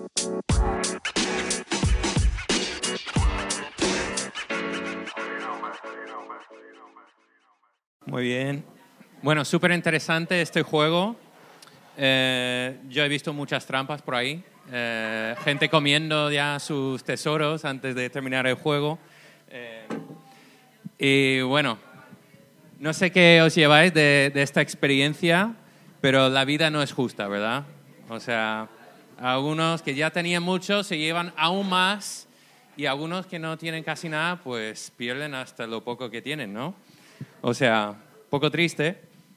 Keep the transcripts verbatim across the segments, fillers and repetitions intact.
Muy bien. Bueno, súper interesante este juego. Eh, yo he visto muchas trampas por ahí. Eh, gente comiendo ya sus tesoros antes de terminar el juego. Eh, y bueno, no sé qué os lleváis de, de esta experiencia, pero la vida no es justa, ¿verdad? O sea, algunos que ya tenían mucho se llevan aún más y algunos que no tienen casi nada, pues pierden hasta lo poco que tienen, ¿no? O sea, poco triste.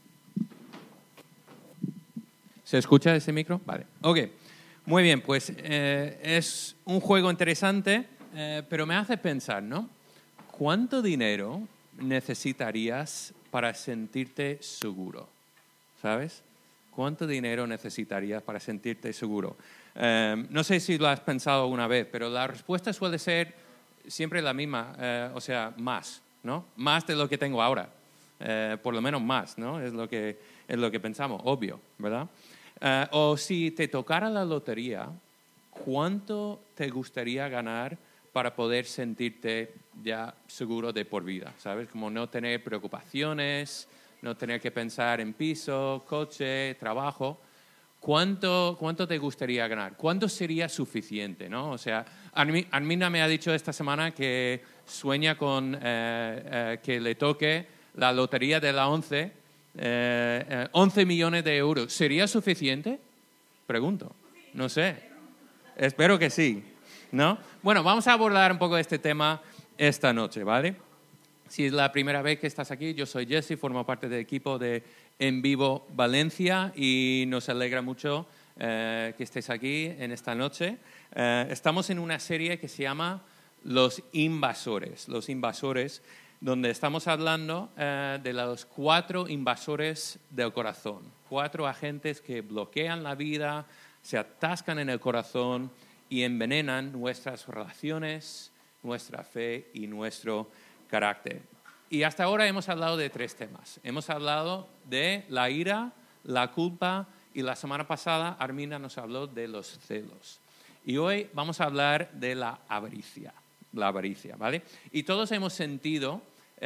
¿Se escucha ese micro? Vale. Ok. Muy bien, pues eh, es un juego interesante, eh, pero me hace pensar, ¿no? ¿Cuánto dinero necesitarías para sentirte seguro? ¿Sabes? ¿Cuánto dinero necesitarías para sentirte seguro? Eh, no sé si lo has pensado alguna vez, pero la respuesta suele ser siempre la misma, eh, o sea, más, ¿no? Más de lo que tengo ahora. Eh, por lo menos más, ¿no? Es lo que, es lo que pensamos, obvio, ¿verdad? Uh, o si te tocara la lotería, ¿cuánto te gustaría ganar para poder sentirte ya seguro de por vida? ¿Sabes? Como no tener preocupaciones, no tener que pensar en piso, coche, trabajo. ¿Cuánto, cuánto te gustaría ganar? ¿Cuánto sería suficiente, ¿no? O sea, Armina me ha dicho esta semana que sueña con eh, eh, que le toque la lotería de la once. Eh, eh, once millones de euros. ¿Sería suficiente? Pregunto. No sé. Espero que sí, ¿no? Bueno, vamos a abordar un poco este tema esta noche, ¿vale? Si es la primera vez que estás aquí, yo soy Jesse, formo parte del equipo de En Vivo Valencia y nos alegra mucho eh, que estés aquí en esta noche. Eh, estamos en una serie que se llama Los Invasores. Los Invasores, donde estamos hablando eh, de los cuatro invasores del corazón, cuatro agentes que bloquean la vida, se atascan en el corazón y envenenan nuestras relaciones, nuestra fe y nuestro carácter. Y hasta ahora hemos hablado de tres temas. Hemos hablado de la ira, la culpa y la semana pasada Armina nos habló de los celos. Y hoy vamos a hablar de la avaricia. La avaricia, ¿vale? Y todos hemos sentido,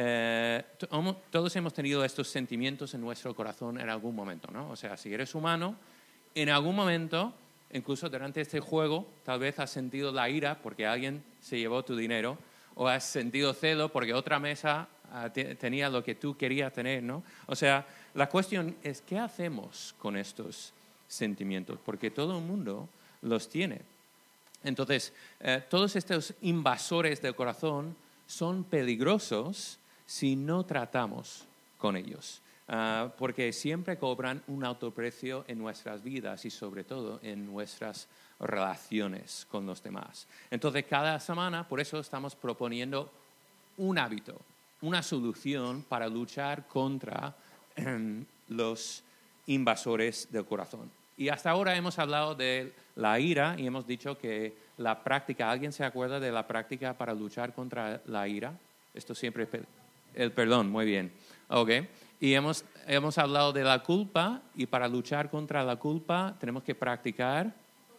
eh, todos hemos tenido estos sentimientos en nuestro corazón en algún momento, ¿no? O sea, si eres humano, en algún momento, incluso durante este juego, tal vez has sentido la ira porque alguien se llevó tu dinero, o has sentido celo porque otra mesa uh, te, tenía lo que tú querías tener, ¿no? O sea, la cuestión es, ¿qué hacemos con estos sentimientos? Porque todo el mundo los tiene. Entonces, eh, todos estos invasores del corazón son peligrosos si no tratamos con ellos, uh, porque siempre cobran un alto precio en nuestras vidas y sobre todo en nuestras relaciones con los demás. Entonces, cada semana, por eso estamos proponiendo un hábito, una solución para luchar contra eh, los invasores del corazón. Y hasta ahora hemos hablado de la ira y hemos dicho que la práctica, ¿alguien se acuerda de la práctica para luchar contra la ira? Esto siempre es el perdón, muy bien. Okay. Y hemos, hemos hablado de la culpa y para luchar contra la culpa tenemos que practicar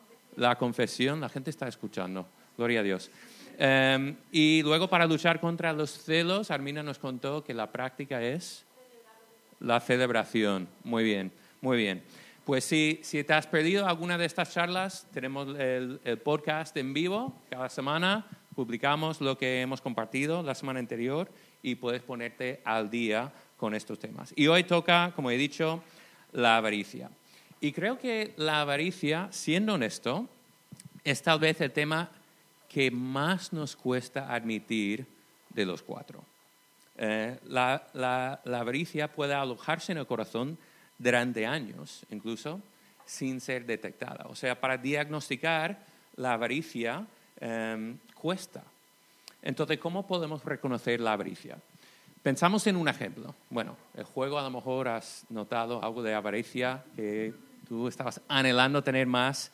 la confesión. La gente está escuchando, gloria a Dios. Um, y luego para luchar contra los celos, Armina nos contó que la práctica es la celebración. Muy bien, muy bien. Pues si, si te has perdido alguna de estas charlas, tenemos el, el podcast en vivo. Cada semana publicamos lo que hemos compartido la semana anterior y puedes ponerte al día con estos temas. Y hoy toca, como he dicho, la avaricia. Y creo que la avaricia, siendo honesto, es tal vez el tema que más nos cuesta admitir de los cuatro. Eh, la, la, la avaricia puede alojarse en el corazón durante años, incluso, sin ser detectada. O sea, para diagnosticar la avaricia eh, cuesta. Entonces, ¿cómo podemos reconocer la avaricia? Pensamos en un ejemplo. Bueno, el juego a lo mejor has notado algo de avaricia, que tú estabas anhelando tener más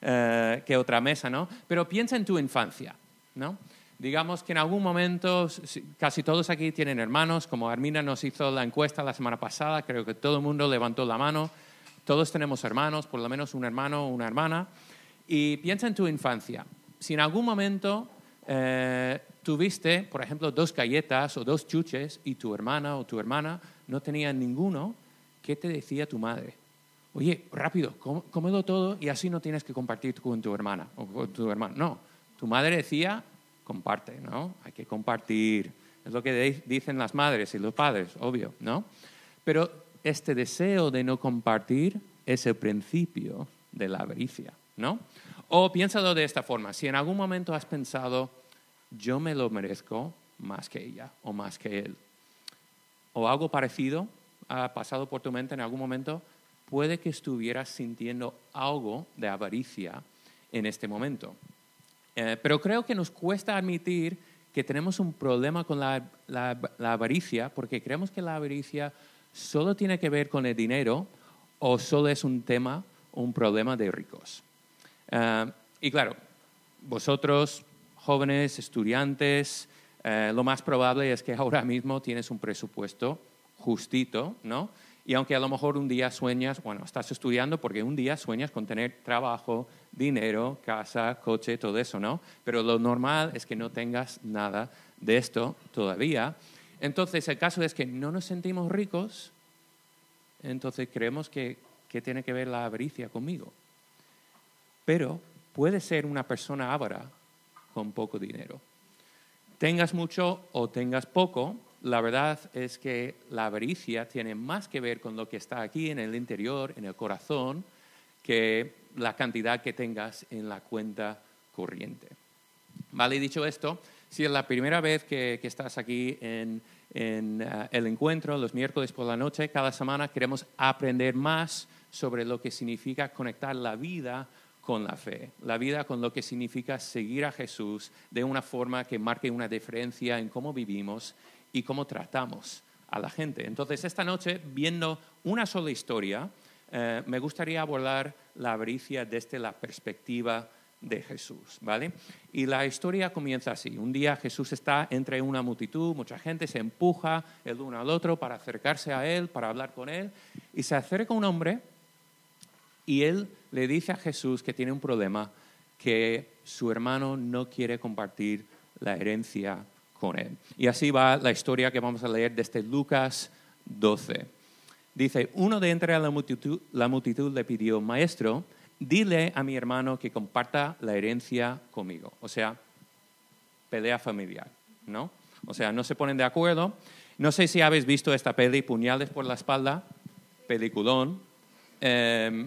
eh, que otra mesa, ¿no? Pero piensa en tu infancia, ¿no? Digamos que en algún momento, casi todos aquí tienen hermanos, como Armina nos hizo la encuesta la semana pasada, creo que todo el mundo levantó la mano. Todos tenemos hermanos, por lo menos un hermano o una hermana. Y piensa en tu infancia. Si en algún momento eh, tuviste, por ejemplo, dos galletas o dos chuches y tu hermana o tu hermana no tenían ninguno, ¿qué te decía tu madre? Oye, rápido, cómelo todo y así no tienes que compartir con tu hermana o con tu hermano. No, tu madre decía, comparte, ¿no? Hay que compartir. Es lo que dicen las madres y los padres, obvio, ¿no? Pero este deseo de no compartir es el principio de la avaricia, ¿no? O piénsalo de esta forma. Si en algún momento has pensado, yo me lo merezco más que ella o más que él, o algo parecido ha pasado por tu mente en algún momento, puede que estuvieras sintiendo algo de avaricia en este momento. Eh, pero creo que nos cuesta admitir que tenemos un problema con la, la, la avaricia porque creemos que la avaricia solo tiene que ver con el dinero o solo es un tema, un problema de ricos. Uh, y claro, vosotros, jóvenes, estudiantes, uh, lo más probable es que ahora mismo tienes un presupuesto justito, ¿no? Y aunque a lo mejor un día sueñas, bueno, estás estudiando porque un día sueñas con tener trabajo, dinero, casa, coche, todo eso, ¿no? Pero lo normal es que no tengas nada de esto todavía. Entonces, el caso es que no nos sentimos ricos, entonces creemos que, que tiene que ver la avaricia conmigo. Pero puede ser una persona avara con poco dinero. Tengas mucho o tengas poco, la verdad es que la avaricia tiene más que ver con lo que está aquí en el interior, en el corazón, que la cantidad que tengas en la cuenta corriente. Vale, dicho esto, si es la primera vez que, que estás aquí en, en uh, el encuentro, los miércoles por la noche, cada semana queremos aprender más sobre lo que significa conectar la vida con la fe, la vida con lo que significa seguir a Jesús de una forma que marque una diferencia en cómo vivimos y cómo tratamos a la gente. Entonces, esta noche, viendo una sola historia, eh, me gustaría abordar la avaricia desde la perspectiva de Jesús, ¿vale? Y la historia comienza así. Un día Jesús está entre una multitud, mucha gente se empuja el uno al otro para acercarse a él, para hablar con él, y se acerca un hombre y él le dice a Jesús que tiene un problema, que su hermano no quiere compartir la herencia con él. Y así va la historia que vamos a leer desde Lucas doce. Dice, uno de entre la multitud, la multitud le pidió, maestro, dile a mi hermano que comparta la herencia conmigo. O sea, pelea familiar, ¿no? O sea, no se ponen de acuerdo. No sé si habéis visto esta peli, Puñales por la espalda, peliculón. Eh,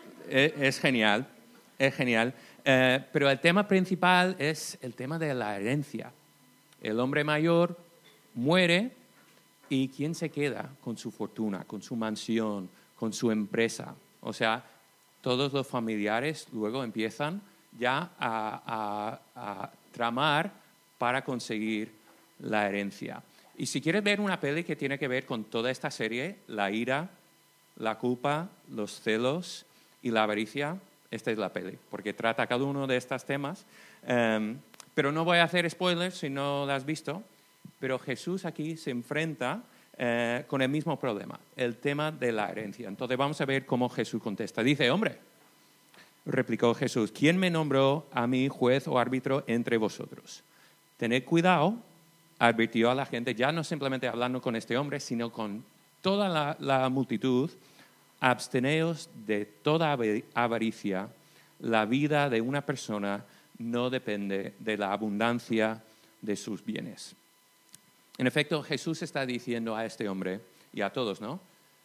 es genial, es genial. Eh, pero el tema principal es el tema de la herencia. El hombre mayor muere y ¿quién se queda con su fortuna, con su mansión, con su empresa? O sea, todos los familiares luego empiezan ya a, a, a tramar para conseguir la herencia. Y si quieres ver una peli que tiene que ver con toda esta serie, la ira, la culpa, los celos y la avaricia, esta es la peli, porque trata cada uno de estos temas. Um, pero no voy a hacer spoilers si no la has visto, pero Jesús aquí se enfrenta eh, con el mismo problema, el tema de la herencia. Entonces vamos a ver cómo Jesús contesta. Dice, hombre, replicó Jesús, ¿quién me nombró a mí juez o árbitro entre vosotros? Tened cuidado, advirtió a la gente, ya no simplemente hablando con este hombre, sino con toda la, la multitud, absteneos de toda avaricia, la vida de una persona no depende de la abundancia de sus bienes. En efecto, Jesús está diciendo a este hombre y a todos, ¿no?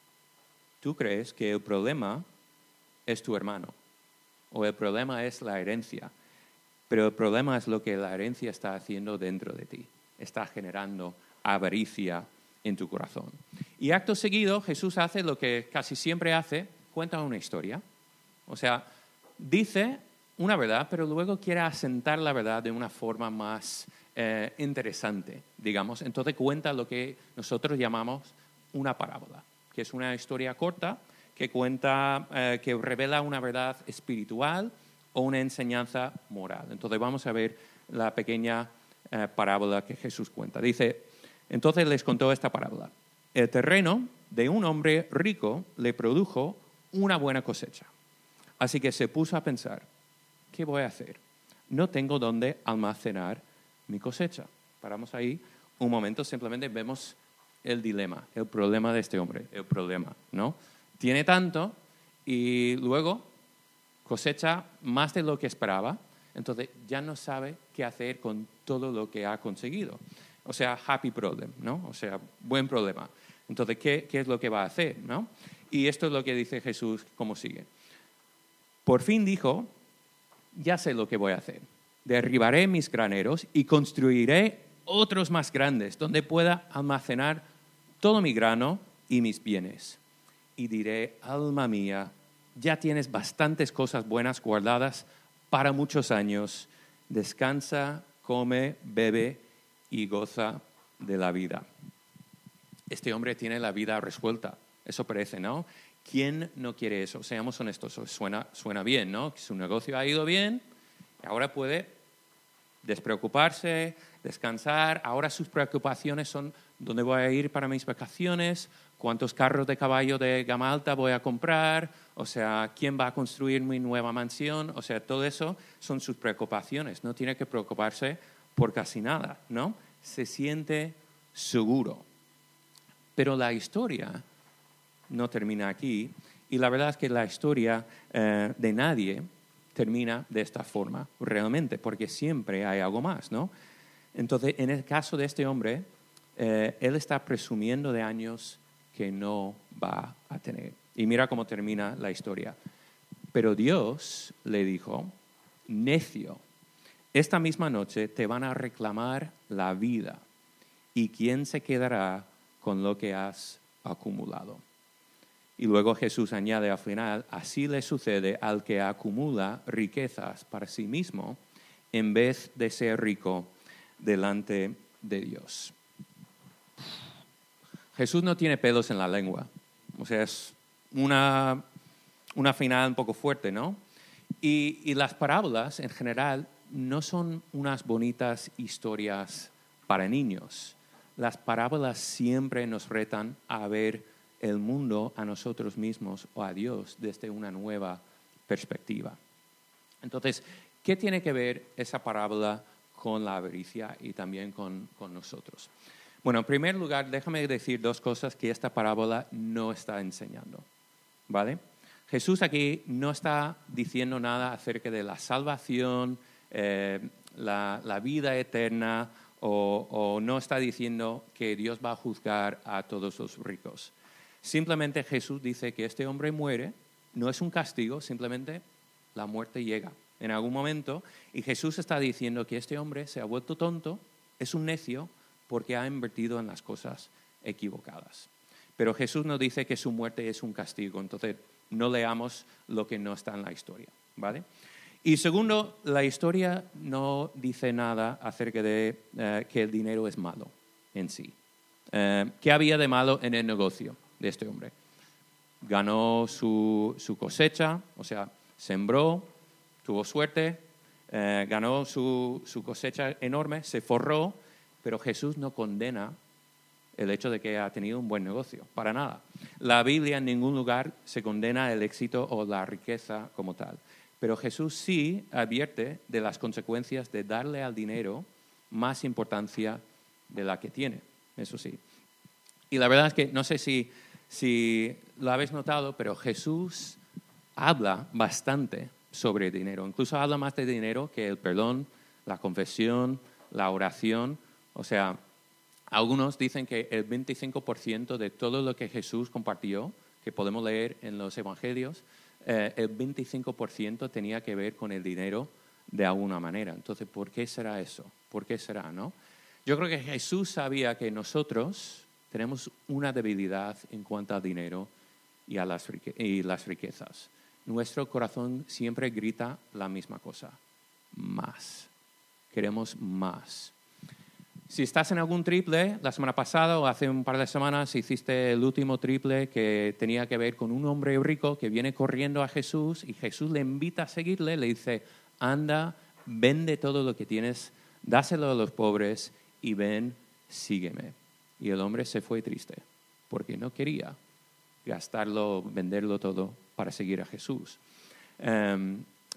Tú crees que el problema es tu hermano o el problema es la herencia, pero el problema es lo que la herencia está haciendo dentro de ti. Está generando avaricia en tu corazón. Y acto seguido, Jesús hace lo que casi siempre hace, cuenta una historia. O sea, dice una verdad, pero luego quiere asentar la verdad de una forma más eh, interesante, digamos. Entonces cuenta lo que nosotros llamamos una parábola, que es una historia corta que cuenta, eh, que revela una verdad espiritual o una enseñanza moral. Entonces vamos a ver la pequeña eh, parábola que Jesús cuenta. Dice, entonces les contó esta parábola. El terreno de un hombre rico le produjo una buena cosecha. Así que se puso a pensar, ¿qué voy a hacer? No tengo dónde almacenar mi cosecha. Paramos ahí un momento, simplemente vemos el dilema, el problema de este hombre, el problema, ¿no? Tiene tanto y luego cosecha más de lo que esperaba, entonces ya no sabe qué hacer con todo lo que ha conseguido. O sea, happy problem, ¿no? O sea, buen problema. Entonces, ¿qué, qué es lo que va a hacer, no? Y esto es lo que dice Jesús, como sigue. Por fin dijo, ya sé lo que voy a hacer. Derribaré mis graneros y construiré otros más grandes, donde pueda almacenar todo mi grano y mis bienes. Y diré, alma mía, ya tienes bastantes cosas buenas guardadas para muchos años. Descansa, come, bebe y goza de la vida. Este hombre tiene la vida resuelta. Eso parece, ¿no? ¿Quién no quiere eso? Seamos honestos, suena, suena bien, ¿no? Su negocio ha ido bien, ahora puede despreocuparse, descansar. Ahora sus preocupaciones son dónde voy a ir para mis vacaciones, cuántos carros de caballo de gama alta voy a comprar, o sea, quién va a construir mi nueva mansión. O sea, todo eso son sus preocupaciones. No tiene que preocuparse por casi nada, ¿no? Se siente seguro. Pero la historia no termina aquí, y la verdad es que la historia eh, de nadie termina de esta forma, realmente, porque siempre hay algo más, ¿no? Entonces, en el caso de este hombre, eh, él está presumiendo de años que no va a tener. Y mira cómo termina la historia. Pero Dios le dijo, necio, esta misma noche te van a reclamar la vida, ¿y quién se quedará con lo que has acumulado? Y luego Jesús añade al final, así le sucede al que acumula riquezas para sí mismo en vez de ser rico delante de Dios. Jesús no tiene pelos en la lengua. O sea, es una, una final un poco fuerte, ¿no? Y, y las parábolas, en general, no son unas bonitas historias para niños. Las parábolas siempre nos retan a ver el mundo, a nosotros mismos o a Dios desde una nueva perspectiva. Entonces, ¿qué tiene que ver esa parábola con la avaricia y también con, con nosotros? Bueno, en primer lugar, déjame decir dos cosas que esta parábola no está enseñando, ¿vale? Jesús aquí no está diciendo nada acerca de la salvación, eh, la, la vida eterna, o, o no está diciendo que Dios va a juzgar a todos los ricos. Simplemente Jesús dice que este hombre muere, no es un castigo, simplemente la muerte llega en algún momento, y Jesús está diciendo que este hombre se ha vuelto tonto, es un necio, porque ha invertido en las cosas equivocadas. Pero Jesús no dice que su muerte es un castigo, entonces no leamos lo que no está en la historia, ¿vale? Y segundo, la historia no dice nada acerca de eh, que el dinero es malo en sí. Eh, ¿Qué había de malo en el negocio de este hombre? Ganó su, su cosecha, o sea, sembró, tuvo suerte, eh, ganó su, su cosecha enorme, se forró, pero Jesús no condena el hecho de que ha tenido un buen negocio, para nada. La Biblia en ningún lugar se condena el éxito o la riqueza como tal, pero Jesús sí advierte de las consecuencias de darle al dinero más importancia de la que tiene, eso sí. Y la verdad es que no sé si, si lo habéis notado, pero Jesús habla bastante sobre dinero. Incluso habla más de dinero que el perdón, la confesión, la oración. O sea, algunos dicen que el veinticinco por ciento de todo lo que Jesús compartió, que podemos leer en los evangelios, eh, el veinticinco por ciento tenía que ver con el dinero de alguna manera. Entonces, ¿por qué será eso? ¿Por qué será, no? Yo creo que Jesús sabía que nosotros tenemos una debilidad en cuanto al dinero y a las, rique- y las riquezas. Nuestro corazón siempre grita la misma cosa, más. Queremos más. Si estás en algún triple, la semana pasada o hace un par de semanas hiciste el último triple que tenía que ver con un hombre rico que viene corriendo a Jesús y Jesús le invita a seguirle, le dice, anda, vende todo lo que tienes, dáselo a los pobres y ven, sígueme. Y el hombre se fue triste porque no quería gastarlo, venderlo todo para seguir a Jesús. Um,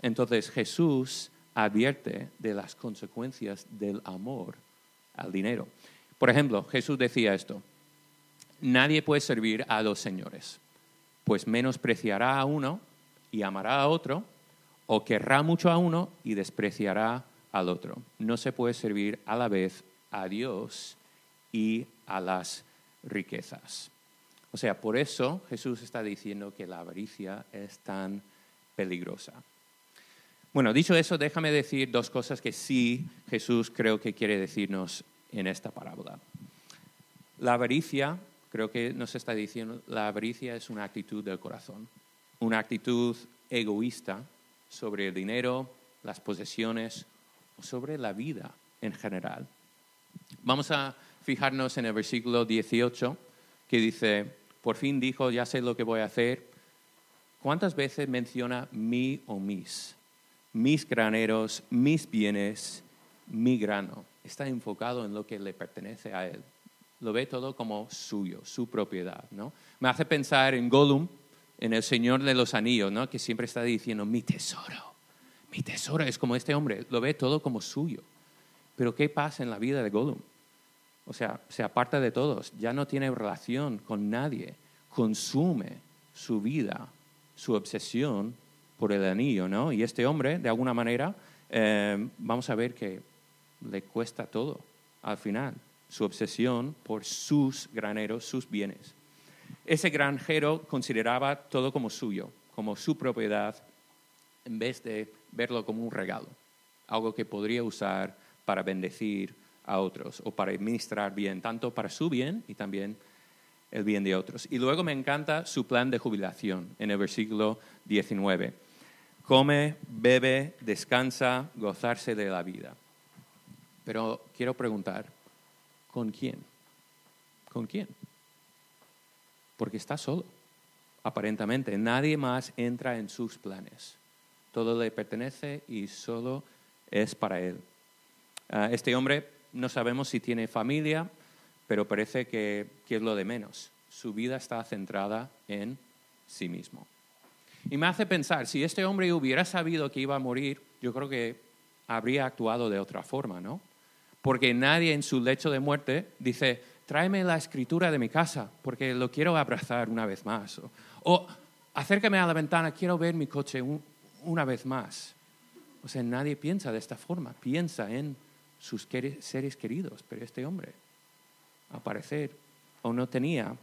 Entonces Jesús advierte de las consecuencias del amor al dinero. Por ejemplo, Jesús decía esto: nadie puede servir a dos señores, pues menospreciará a uno y amará a otro, o querrá mucho a uno y despreciará al otro. No se puede servir a la vez a Dios y a las riquezas. O sea, por eso Jesús está diciendo que la avaricia es tan peligrosa. Bueno, dicho eso, déjame decir dos cosas que sí Jesús creo que quiere decirnos en esta parábola. La avaricia, creo que nos está diciendo, la avaricia es una actitud del corazón, una actitud egoísta sobre el dinero, las posesiones o sobre la vida en general. Vamos a fijarnos en el versículo dieciocho, que dice: por fin dijo, ya sé lo que voy a hacer. ¿Cuántas veces menciona mi o mis? Mis graneros, mis bienes, mi grano. Está enfocado en lo que le pertenece a él. Lo ve todo como suyo, su propiedad, ¿no? Me hace pensar en Gollum, en El Señor de los Anillos, ¿no? Que siempre está diciendo, mi tesoro, mi tesoro. Es como este hombre, lo ve todo como suyo. Pero ¿qué pasa en la vida de Gollum? O sea, se aparta de todos, ya no tiene relación con nadie, consume su vida, su obsesión por el anillo, ¿no? Y este hombre, de alguna manera, eh, vamos a ver que le cuesta todo al final, su obsesión por sus graneros, sus bienes. Ese granjero consideraba todo como suyo, como su propiedad, en vez de verlo como un regalo, algo que podría usar para bendecir a otros o para administrar bien, tanto para su bien y también el bien de otros. Y luego me encanta su plan de jubilación en el versículo diecinueve. Come, bebe, descansa, gozarse de la vida. Pero quiero preguntar, ¿con quién? ¿Con quién? Porque está solo, aparentemente. Nadie más entra en sus planes. Todo le pertenece y solo es para él. Uh, este hombre no sabemos si tiene familia, pero parece que, que es lo de menos. Su vida está centrada en sí mismo. Y me hace pensar, si este hombre hubiera sabido que iba a morir, yo creo que habría actuado de otra forma, ¿no? Porque nadie en su lecho de muerte dice, tráeme la escritura de mi casa, porque lo quiero abrazar una vez más. O, o acércame a la ventana, quiero ver mi coche un, una vez más. O sea, nadie piensa de esta forma, piensa en sus seres queridos, pero este hombre, al parecer, o no tenía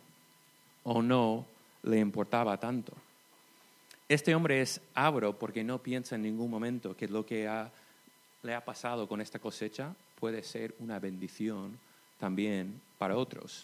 o no le importaba tanto. Este hombre es avaro porque no piensa en ningún momento que lo que ha, le ha pasado con esta cosecha puede ser una bendición también para otros.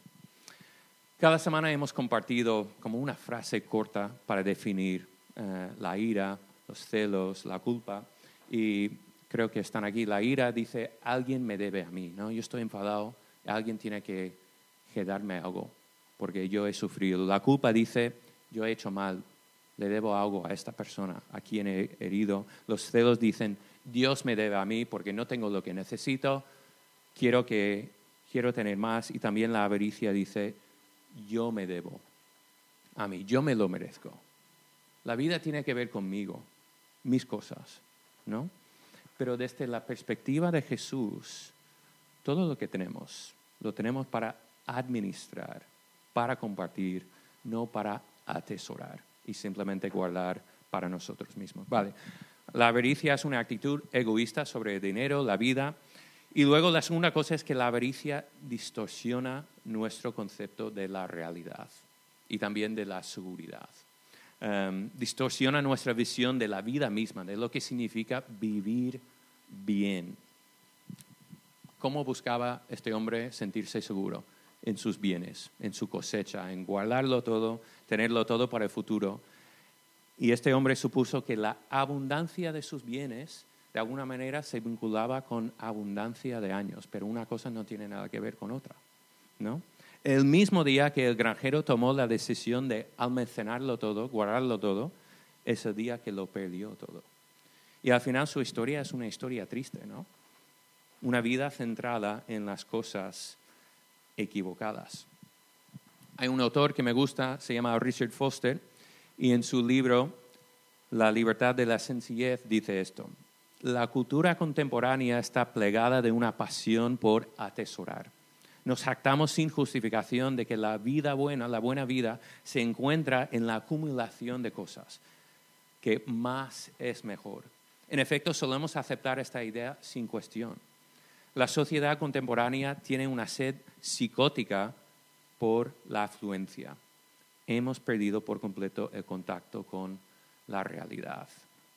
Cada semana hemos compartido como una frase corta para definir eh, la ira, los celos, la culpa, y creo que están aquí. La ira dice, alguien me debe a mí, ¿no? Yo estoy enfadado, alguien tiene que, que darme algo, porque yo he sufrido. La culpa dice, yo he hecho mal, le debo algo a esta persona, a quien he herido. Los celos dicen, Dios me debe a mí porque no tengo lo que necesito, quiero, que, quiero tener más. Y también la avaricia dice, yo me debo a mí, yo me lo merezco. La vida tiene que ver conmigo, mis cosas, ¿no? Pero desde la perspectiva de Jesús, todo lo que tenemos, lo tenemos para administrar, para compartir, no para atesorar y simplemente guardar para nosotros mismos. Vale. La avaricia es una actitud egoísta sobre el dinero, la vida. Y luego la segunda cosa es que la avaricia distorsiona nuestro concepto de la realidad y también de la seguridad. Um, distorsiona nuestra visión de la vida misma, de lo que significa vivir bien. ¿Cómo buscaba este hombre sentirse seguro? En sus bienes, en su cosecha, en guardarlo todo, tenerlo todo para el futuro. Y este hombre supuso que la abundancia de sus bienes, de alguna manera, se vinculaba con abundancia de años, pero una cosa no tiene nada que ver con otra, ¿no? El mismo día que el granjero tomó la decisión de almacenarlo todo, guardarlo todo, es el día que lo perdió todo. Y al final su historia es una historia triste, ¿no? Una vida centrada en las cosas equivocadas. Hay un autor que me gusta, se llama Richard Foster, y en su libro La libertad de la sencillez dice esto: la cultura contemporánea está plagada de una pasión por atesorar. Nos jactamos sin justificación de que la vida buena, la buena vida, se encuentra en la acumulación de cosas, que más es mejor. En efecto, solemos aceptar esta idea sin cuestión. La sociedad contemporánea tiene una sed psicótica por la afluencia. Hemos perdido por completo el contacto con la realidad.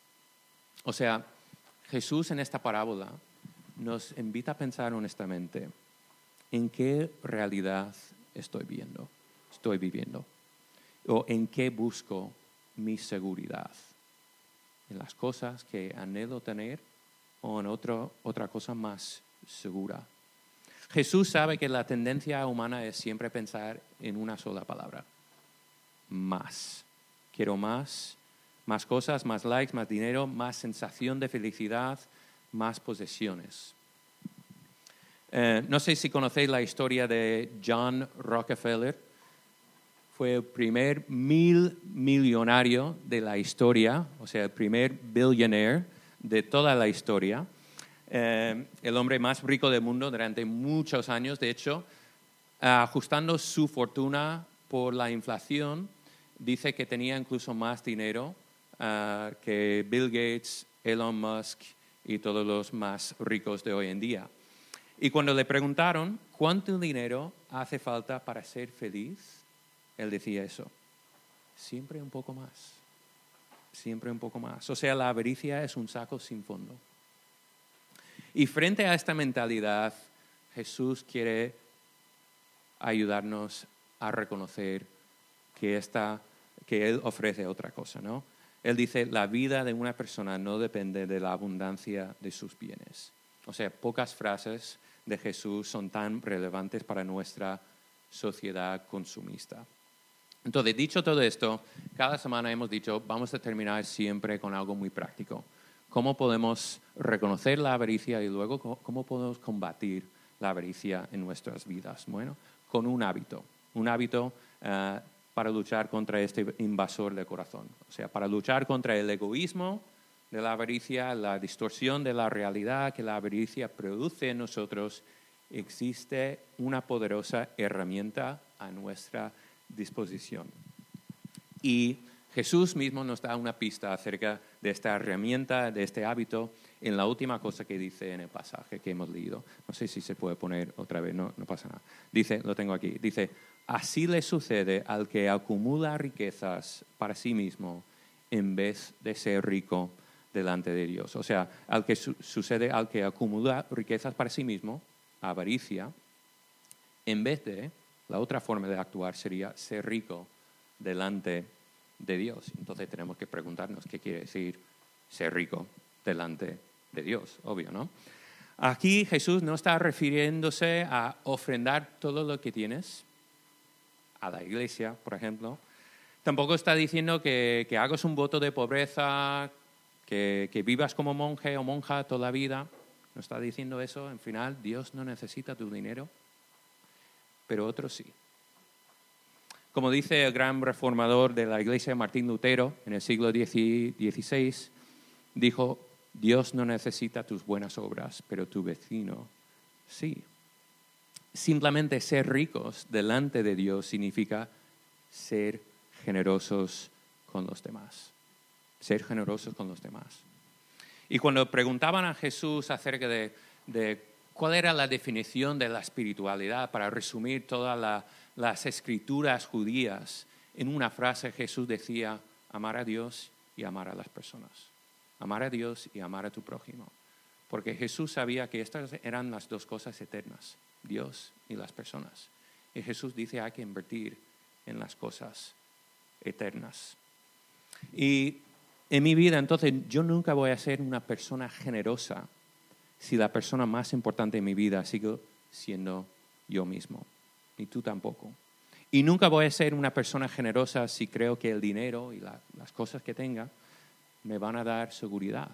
O sea, Jesús en esta parábola nos invita a pensar honestamente: ¿en qué realidad estoy viendo, estoy viviendo? ¿O en qué busco mi seguridad? ¿En las cosas que anhelo tener o en otro, otra cosa más segura? Jesús sabe que la tendencia humana es siempre pensar en una sola palabra: más. Quiero más, más cosas, más likes, más dinero, más sensación de felicidad, más posesiones. Eh, no sé si conocéis la historia de John Rockefeller. Fue el primer mil millonario de la historia, o sea, el primer billionaire de toda la historia. Eh, el hombre más rico del mundo durante muchos años. De hecho, ajustando su fortuna por la inflación, dice que tenía incluso más dinero uh, que Bill Gates, Elon Musk y todos los más ricos de hoy en día. Y cuando le preguntaron cuánto dinero hace falta para ser feliz, él decía eso: siempre un poco más, siempre un poco más. O sea, la avaricia es un saco sin fondo. Y frente a esta mentalidad, Jesús quiere ayudarnos a reconocer que, esta, que Él ofrece otra cosa, ¿no? Él dice: la vida de una persona no depende de la abundancia de sus bienes. O sea, pocas frases de Jesús son tan relevantes para nuestra sociedad consumista. Entonces, dicho todo esto, cada semana hemos dicho, vamos a terminar siempre con algo muy práctico. ¿Cómo podemos reconocer la avaricia y luego cómo podemos combatir la avaricia en nuestras vidas? Bueno, con un hábito, un hábito uh, para luchar contra este invasor del corazón. O sea, para luchar contra el egoísmo de la avaricia, la distorsión de la realidad que la avaricia produce en nosotros, existe una poderosa herramienta a nuestra disposición. Y Jesús mismo nos da una pista acerca de esta herramienta, de este hábito, en la última cosa que dice en el pasaje que hemos leído. No sé si se puede poner otra vez, no, no pasa nada. Dice, lo tengo aquí, dice: así le sucede al que acumula riquezas para sí mismo en vez de ser rico delante de Dios. O sea, al que su- sucede al que acumula riquezas para sí mismo, avaricia, en vez de, la otra forma de actuar sería ser rico delante de Dios. Entonces tenemos que preguntarnos qué quiere decir ser rico delante de Dios, obvio, ¿no? Aquí Jesús no está refiriéndose a ofrendar todo lo que tienes a la iglesia, por ejemplo. Tampoco está diciendo que, que hagas un voto de pobreza, que, que vivas como monje o monja toda la vida. No está diciendo eso. En final, Dios no necesita tu dinero, pero otros sí. Como dice el gran reformador de la iglesia, Martín Lutero, en el siglo dieciséis, dijo: Dios no necesita tus buenas obras, pero tu vecino sí. Simplemente ser ricos delante de Dios significa ser generosos con los demás. Ser generosos con los demás. Y cuando preguntaban a Jesús acerca de, de cuál era la definición de la espiritualidad, para resumir todas la, las escrituras judías, en una frase Jesús decía: amar a Dios y amar a las personas. Amar a Dios y amar a tu prójimo. Porque Jesús sabía que estas eran las dos cosas eternas: Dios y las personas. Y Jesús dice: hay que invertir en las cosas eternas. Y en mi vida, entonces, yo nunca voy a ser una persona generosa si la persona más importante en mi vida sigue siendo yo mismo. Y tú tampoco. Y nunca voy a ser una persona generosa si creo que el dinero y la, las cosas que tenga me van a dar seguridad.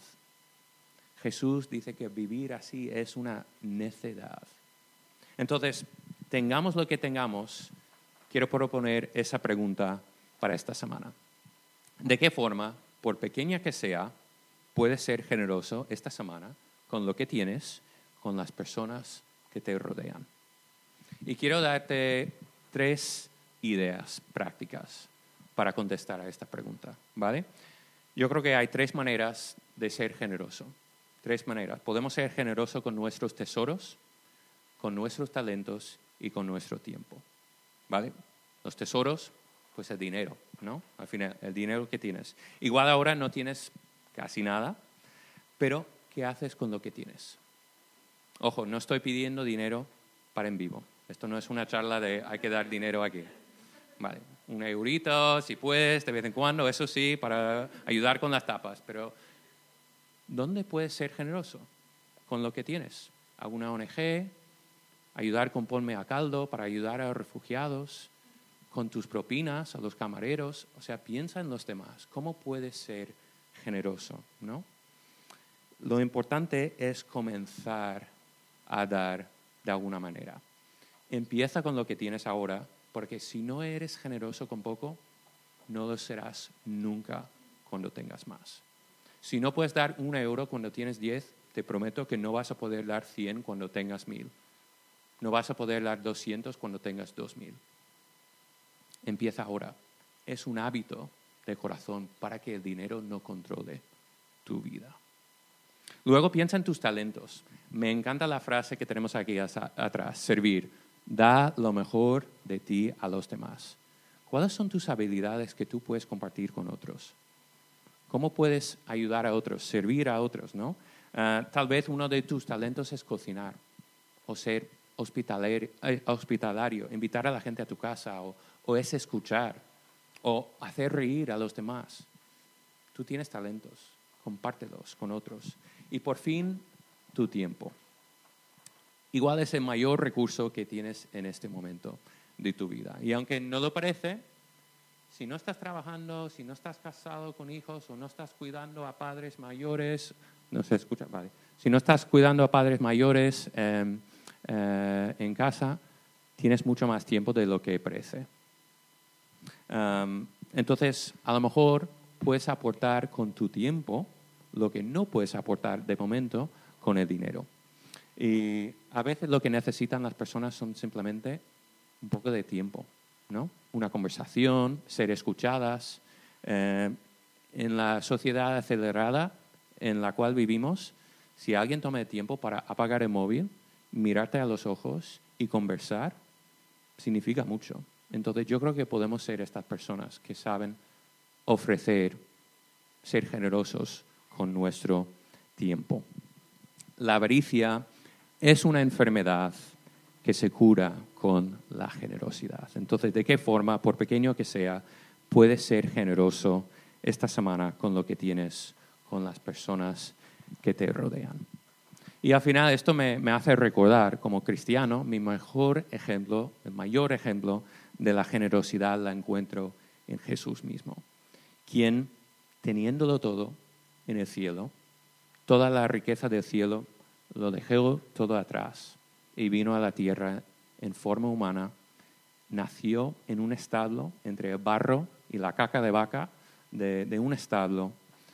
Jesús dice que vivir así es una necedad. Entonces, tengamos lo que tengamos, quiero proponer esa pregunta para esta semana. ¿De qué forma por pequeña que sea, puedes ser generoso esta semana con lo que tienes, con las personas que te rodean. Y quiero darte tres ideas prácticas para contestar a esta pregunta, ¿vale? Yo creo que hay tres maneras de ser generoso. Tres maneras. Podemos ser generosos con nuestros tesoros, con nuestros talentos y con nuestro tiempo, ¿vale? Los tesoros, pues el dinero, ¿no? Al final, el dinero que tienes. Igual ahora no tienes casi nada, pero ¿qué haces con lo que tienes? Ojo, no estoy pidiendo dinero para en vivo. Esto no es una charla de hay que dar dinero aquí. Vale, un eurito, si puedes, de vez en cuando, eso sí, para ayudar con las tapas. Pero, ¿dónde puedes ser generoso con lo que tienes? ¿Alguna O N Ge? ¿Ayudar con Ponme a Caldo para ayudar a los refugiados? ¿Con tus propinas a los camareros? O sea, piensa en los demás. ¿Cómo puedes ser generoso, no? Lo importante es comenzar a dar de alguna manera. Empieza con lo que tienes ahora, porque si no eres generoso con poco, no lo serás nunca cuando tengas más. Si no puedes dar un euro cuando tienes diez, te prometo que no vas a poder dar cien cuando tengas mil. No vas a poder dar doscientos cuando tengas dos mil. Empieza ahora. Es un hábito de corazón para que el dinero no controle tu vida. Luego piensa en tus talentos. Me encanta la frase que tenemos aquí atrás, servir. Da lo mejor de ti a los demás. ¿Cuáles son tus habilidades que tú puedes compartir con otros? ¿Cómo puedes ayudar a otros, servir a otros, ¿no? Uh, tal vez uno de tus talentos es cocinar o ser hospitalario, eh, hospitalario, invitar a la gente a tu casa o, o es escuchar o hacer reír a los demás. Tú tienes talentos, compártelos con otros. Y por fin, tu tiempo. Igual es el mayor recurso que tienes en este momento de tu vida. Y aunque no lo parece, si no estás trabajando, si no estás casado con hijos o no estás cuidando a padres mayores, no se escucha, vale. Si no estás cuidando a padres mayores eh, eh, en casa, tienes mucho más tiempo de lo que parece. Um, entonces, a lo mejor puedes aportar con tu tiempo lo que no puedes aportar de momento con el dinero. Y a veces lo que necesitan las personas son simplemente un poco de tiempo, ¿no? Una conversación, ser escuchadas. Eh, en la sociedad acelerada en la cual vivimos, si alguien toma el tiempo para apagar el móvil, mirarte a los ojos y conversar, significa mucho. Entonces yo creo que podemos ser estas personas que saben ofrecer, ser generosos con nuestro tiempo. La avaricia es una enfermedad que se cura con la generosidad. Entonces, ¿de qué forma, por pequeño que sea, puedes ser generoso esta semana con lo que tienes, con las personas que te rodean? Y al final esto me, me hace recordar, como cristiano, mi mejor ejemplo, el mayor ejemplo de la generosidad la encuentro en Jesús mismo, quien, teniéndolo todo en el cielo, toda la riqueza del cielo, lo dejó todo atrás y vino a la tierra en forma humana, nació en un establo entre el barro y la caca de vaca de, de un establo,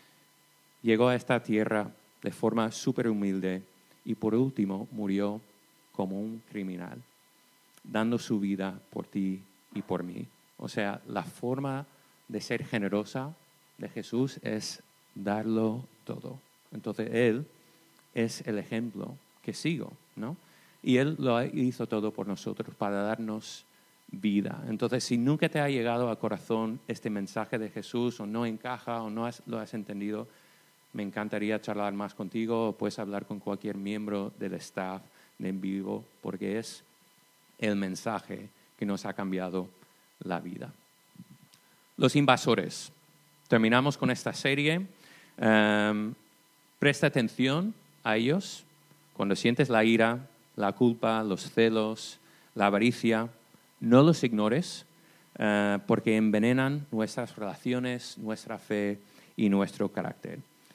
llegó a esta tierra de forma súper humilde y por último murió como un criminal, dando su vida por ti y por mí. O sea, la forma de ser generosa de Jesús es darlo todo. Entonces, Él es el ejemplo que sigo, ¿no? Y Él lo hizo todo por nosotros, para darnos vida. Entonces, si nunca te ha llegado al corazón este mensaje de Jesús, o no encaja, o no has, lo has entendido, me encantaría charlar más contigo, o puedes hablar con cualquier miembro del staff de En Vivo, porque es el mensaje que nos ha cambiado la vida. Los invasores. Terminamos con esta serie. Um, presta atención a ellos. Cuando sientes la ira, la culpa, los celos, la avaricia, no los ignores uh, porque envenenan nuestras relaciones, nuestra fe y nuestro carácter.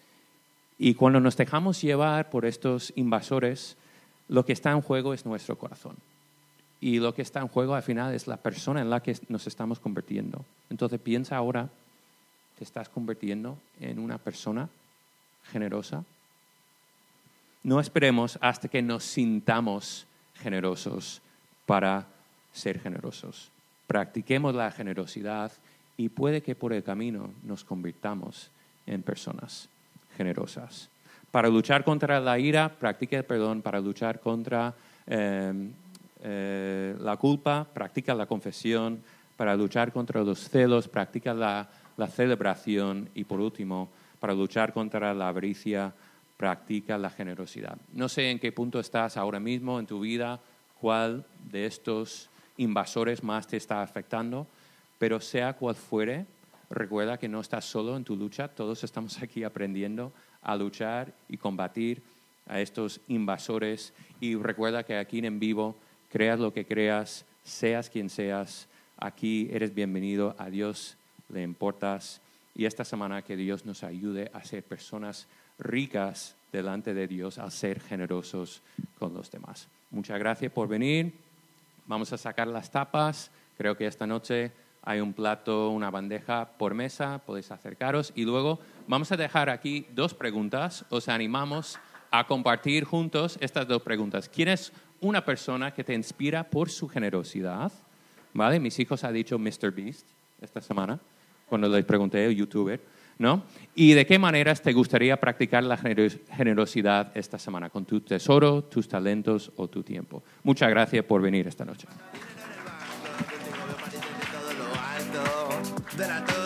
Y cuando nos dejamos llevar por estos invasores, lo que está en juego es nuestro corazón. Y lo que está en juego al final es la persona en la que nos estamos convirtiendo. Entonces piensa ahora ¿te estás convirtiendo en una persona generosa? No esperemos hasta que nos sintamos generosos para ser generosos. Practiquemos la generosidad y puede que por el camino nos convirtamos en personas generosas. Para luchar contra la ira, practica el perdón. Para luchar contra eh, eh, la culpa, practica la confesión. Para luchar contra los celos, practica la, la celebración. Y por último, para luchar contra la avaricia, practica la generosidad. No sé en qué punto estás ahora mismo en tu vida, cuál de estos invasores más te está afectando, pero sea cual fuere, recuerda que no estás solo en tu lucha. Todos estamos aquí aprendiendo a luchar y combatir a estos invasores. Y recuerda que aquí en En Vivo, creas lo que creas, seas quien seas, aquí eres bienvenido, a Dios le importas. Y esta semana que Dios nos ayude a ser personas ricas delante de Dios, a ser generosos con los demás. Muchas gracias por venir. Vamos a sacar las tapas. Creo que esta noche hay un plato, una bandeja por mesa, podéis acercaros. Y luego vamos a dejar aquí dos preguntas. Os animamos a compartir juntos estas dos preguntas. ¿Quién es una persona que te inspira por su generosidad? ¿Vale? Mis hijos han dicho míster Beast esta semana, cuando les pregunté, el youtuber, ¿no? ¿Y de qué maneras te gustaría practicar la generosidad esta semana? ¿Con tu tesoro, tus talentos o tu tiempo? Muchas gracias por venir esta noche.